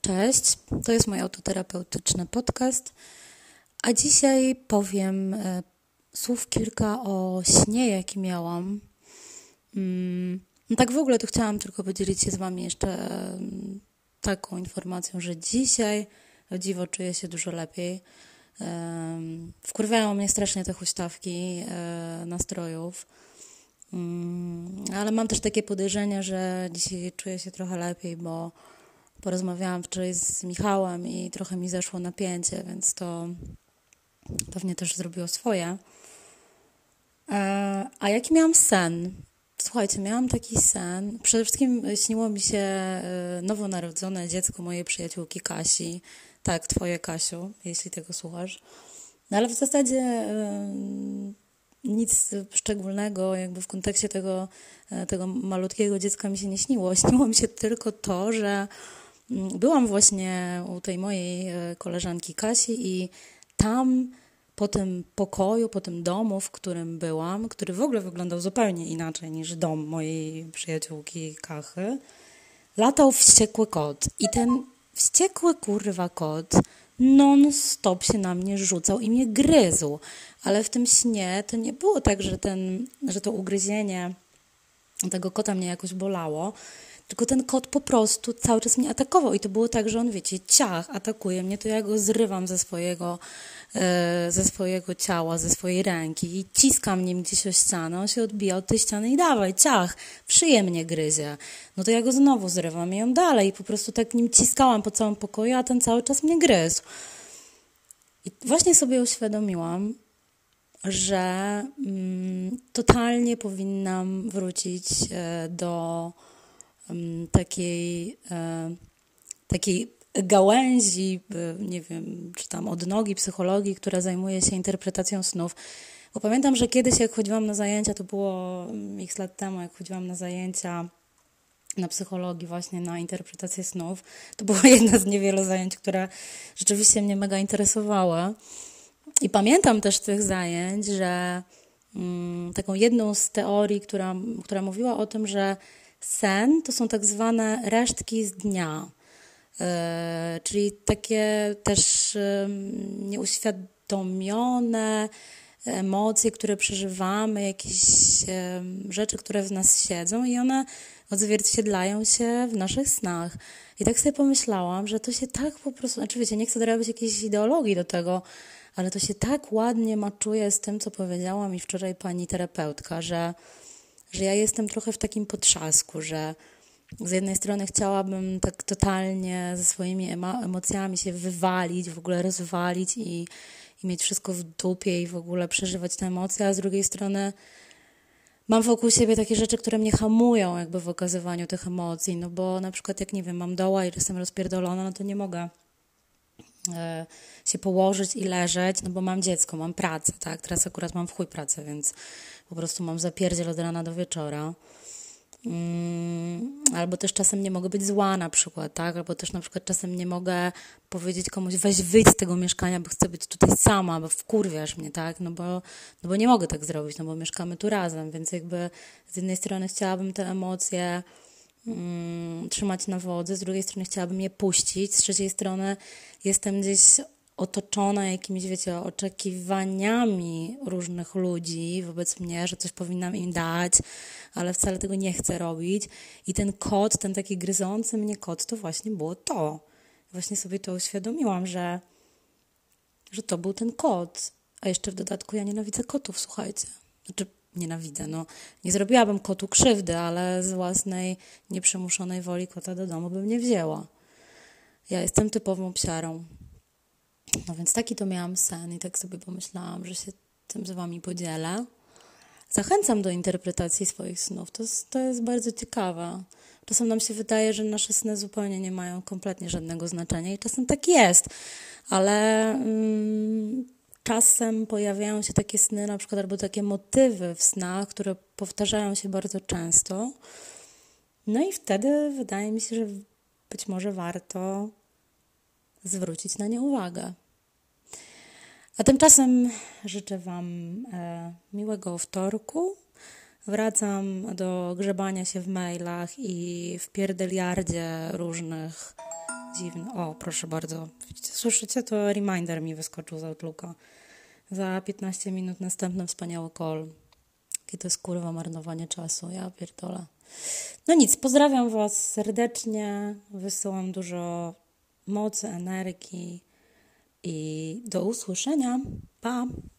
Cześć, to jest mój autoterapeutyczny podcast, a dzisiaj powiem słów kilka o śnie, jaki miałam. Tak w ogóle to chciałam tylko podzielić się z Wami jeszcze taką informacją, że dzisiaj o dziwo czuję się dużo lepiej. Wkurwiają mnie strasznie te huśtawki nastrojów, ale mam też takie podejrzenie, że dzisiaj czuję się trochę lepiej, bo porozmawiałam wczoraj z Michałem i trochę mi zeszło napięcie, więc to pewnie też zrobiło swoje. A jaki miałam sen? Słuchajcie, miałam taki sen. Przede wszystkim śniło mi się nowonarodzone dziecko mojej przyjaciółki Kasi. Tak, twoje Kasiu, jeśli tego słuchasz. No ale w zasadzie nic szczególnego jakby w kontekście tego malutkiego dziecka mi się nie śniło. Śniło mi się tylko to, że byłam właśnie u tej mojej koleżanki Kasi i tam po tym pokoju, po tym domu, w którym byłam, który w ogóle wyglądał zupełnie inaczej niż dom mojej przyjaciółki Kachy, latał wściekły kot. I ten wściekły kot non-stop się na mnie rzucał i mnie gryzł. Ale w tym śnie to nie było tak, że to ugryzienie tego kota mnie jakoś bolało, tylko ten kot po prostu cały czas mnie atakował i to było tak, że on, wiecie, atakuje mnie, to ja go zrywam ze swojego ciała, ze swojej ręki i ciskam nim gdzieś o ścianę, on się odbija od tej ściany i dawaj, w szyję mnie gryzie. No to ja go znowu zrywam i on dalej, po prostu tak nim ciskałam po całym pokoju, a ten cały czas mnie gryzł. I właśnie sobie uświadomiłam, że totalnie powinnam wrócić do takiej gałęzi, nie wiem, czy tam odnogi psychologii, która zajmuje się interpretacją snów. Bo pamiętam, że kiedyś jak chodziłam na zajęcia, to było x lat temu, jak chodziłam na zajęcia na psychologii właśnie na interpretację snów, to było jedno z niewielu zajęć, które rzeczywiście mnie mega interesowały. I pamiętam też z tych zajęć, że taką jedną z teorii, która mówiła o tym, że sen to są tak zwane resztki z dnia, czyli takie też nieuświadomione emocje, które przeżywamy, jakieś rzeczy, które w nas siedzą i one odzwierciedlają się w naszych snach. I tak sobie pomyślałam, że to się tak po prostu, oczywiście nie chcę robić jakiejś ideologii do tego, ale to się tak ładnie maczuje z tym, co powiedziała mi wczoraj pani terapeutka, że ja jestem trochę w takim potrzasku, że z jednej strony chciałabym tak totalnie ze swoimi emocjami się wywalić, w ogóle rozwalić i mieć wszystko w dupie i w ogóle przeżywać te emocje, a z drugiej strony mam wokół siebie takie rzeczy, które mnie hamują jakby w okazywaniu tych emocji, no bo na przykład jak, nie wiem, mam doła i jestem rozpierdolona, no to nie mogę się położyć i leżeć, no bo mam dziecko, mam pracę, tak? Teraz akurat mam w chuj pracę, więc po prostu mam zapierdziel od rana do wieczora. Albo też czasem nie mogę być zła na przykład, tak? Albo też na przykład czasem nie mogę powiedzieć komuś, weź wyjdź z tego mieszkania, bo chcę być tutaj sama, bo wkurwiasz mnie, tak? No bo nie mogę tak zrobić, no bo mieszkamy tu razem, więc jakby z jednej strony chciałabym te emocje trzymać na wodzy, z drugiej strony chciałabym je puścić, z trzeciej strony jestem gdzieś otoczona jakimiś, wiecie, oczekiwaniami różnych ludzi wobec mnie, że coś powinnam im dać, ale wcale tego nie chcę robić. I ten kot, ten taki gryzący mnie kot, to właśnie było to. Właśnie sobie to uświadomiłam, że to był ten kot. A jeszcze w dodatku ja nienawidzę kotów, słuchajcie. Znaczy, nienawidzę, no. Nie zrobiłabym kotu krzywdy, ale z własnej nieprzymuszonej woli kota do domu bym nie wzięła. Ja jestem typową psiarą. No więc taki to miałam sen i tak sobie pomyślałam, że się tym z Wami podzielę. Zachęcam do interpretacji swoich snów. To jest bardzo ciekawe. Czasem nam się wydaje, że nasze sny zupełnie nie mają kompletnie żadnego znaczenia i czasem tak jest, ale czasem pojawiają się takie sny, na przykład albo takie motywy w snach, które powtarzają się bardzo często. No i wtedy wydaje mi się, że być może warto zwrócić na nie uwagę. A tymczasem życzę Wam miłego wtorku. Wracam do grzebania się w mailach i w pierdeliardzie różnych Dziwne. O, proszę bardzo. Widzicie, słyszycie? To reminder mi wyskoczył z Outlooka. Za 15 minut następny wspaniały call. Jakie to jest kurwa marnowanie czasu. Ja pierdolę. No nic, pozdrawiam Was serdecznie. Wysyłam dużo mocy, energii i do usłyszenia. Pa!